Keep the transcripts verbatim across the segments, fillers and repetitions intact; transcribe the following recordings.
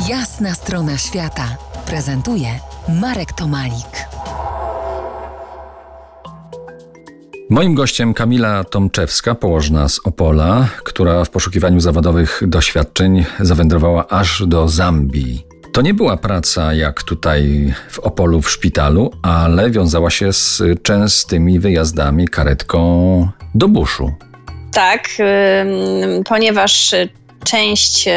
Jasna strona świata prezentuje Marek Tomalik. Moim gościem Kamila Tomczewska, położna z Opola, która w poszukiwaniu zawodowych doświadczeń zawędrowała aż do Zambii. To nie była praca jak tutaj w Opolu w szpitalu, ale wiązała się z częstymi wyjazdami karetką do buszu. Tak, yy, ponieważ część yy,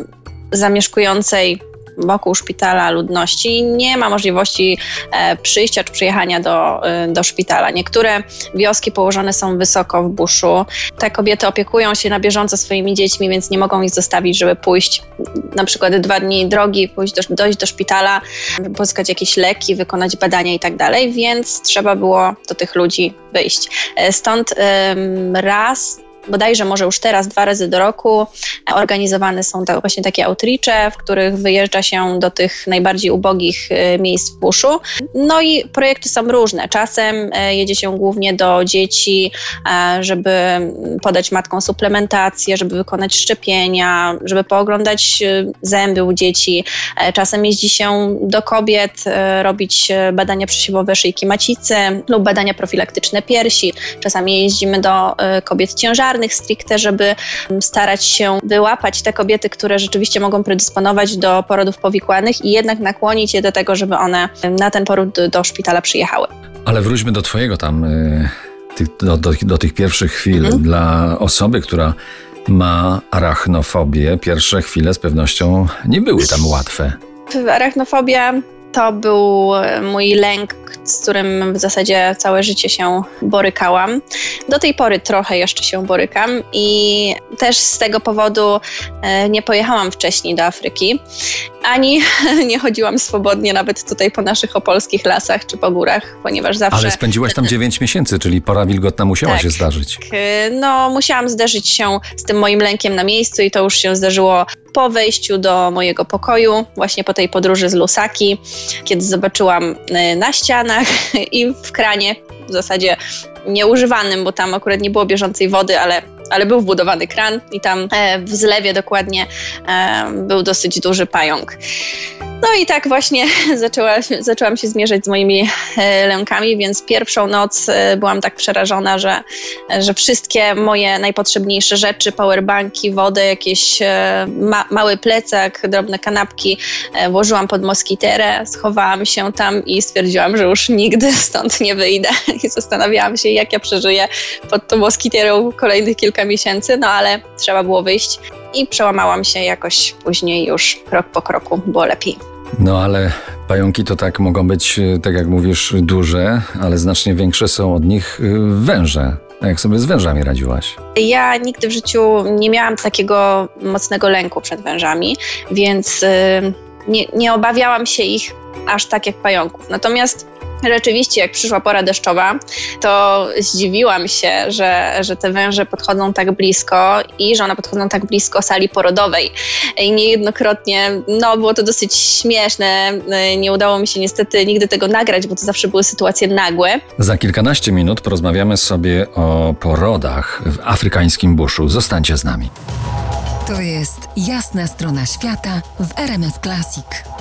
zamieszkującej wokół szpitala ludności nie ma możliwości e, przyjścia czy przyjechania do, e, do szpitala. Niektóre wioski położone są wysoko w buszu. Te kobiety opiekują się na bieżąco swoimi dziećmi, więc nie mogą ich zostawić, żeby pójść na przykład dwa dni drogi, pójść do, dojść do szpitala, pozyskać jakieś leki, wykonać badania i tak dalej, więc trzeba było do tych ludzi wyjść. E, stąd e, raz bodajże może już teraz dwa razy do roku organizowane są ta, właśnie takie outreache, w których wyjeżdża się do tych najbardziej ubogich y, miejsc w buszu. No i projekty są różne. Czasem y, jedzie się głównie do dzieci, y, żeby podać matkom suplementację, żeby wykonać szczepienia, żeby pooglądać y, zęby u dzieci. Y, czasem jeździ się do kobiet, y, robić badania przesiewowe szyjki macicy lub badania profilaktyczne piersi. Czasami jeździmy do y, kobiet ciężarnych, stricte, żeby starać się wyłapać te kobiety, które rzeczywiście mogą predysponować do porodów powikłanych i jednak nakłonić je do tego, żeby one na ten poród do, do szpitala przyjechały. Ale wróćmy do twojego tam, y, ty, do, do, do tych pierwszych chwil. Mhm. Dla osoby, która ma arachnofobię, pierwsze chwile z pewnością nie były tam łatwe. Arachnofobia to był mój lęk, z którym w zasadzie całe życie się borykałam. Do tej pory trochę jeszcze się borykam i też z tego powodu nie pojechałam wcześniej do Afryki, ani nie chodziłam swobodnie nawet tutaj po naszych opolskich lasach czy po górach, ponieważ zawsze... Ale spędziłaś tam dziewięć miesięcy, czyli pora wilgotna musiała tak, się zdarzyć. No, musiałam zderzyć się z tym moim lękiem na miejscu i to już się zdarzyło po wejściu do mojego pokoju, właśnie po tej podróży z Lusaki, kiedy zobaczyłam na ścianach i w kranie, w zasadzie nieużywanym, bo tam akurat nie było bieżącej wody, ale, ale był wbudowany kran i tam e, w zlewie dokładnie e, był dosyć duży pająk. No i tak właśnie zaczęła, zaczęłam się zmierzać z moimi e, lękami, więc pierwszą noc e, byłam tak przerażona, że, że wszystkie moje najpotrzebniejsze rzeczy, powerbanki, wodę, jakiś e, ma, mały plecak, drobne kanapki e, włożyłam pod moskiterę, schowałam się tam i stwierdziłam, że już nigdy stąd nie wyjdę. I zastanawiałam się, jak ja przeżyję pod tą moskiterą kolejnych kilka miesięcy, no ale trzeba było wyjść i przełamałam się jakoś później już krok po kroku, było lepiej. No ale pająki to tak mogą być, tak jak mówisz, duże, ale znacznie większe są od nich węże. A jak sobie z wężami radziłaś? Ja nigdy w życiu nie miałam takiego mocnego lęku przed wężami, więc yy, nie, nie obawiałam się ich aż tak jak pająków. Natomiast rzeczywiście, jak przyszła pora deszczowa, to zdziwiłam się, że, że te węże podchodzą tak blisko i że one podchodzą tak blisko sali porodowej. I niejednokrotnie, no było to dosyć śmieszne. Nie udało mi się niestety nigdy tego nagrać, bo to zawsze były sytuacje nagłe. Za kilkanaście minut porozmawiamy sobie o porodach w afrykańskim buszu. Zostańcie z nami. To jest Jasna strona świata w R M F Classic.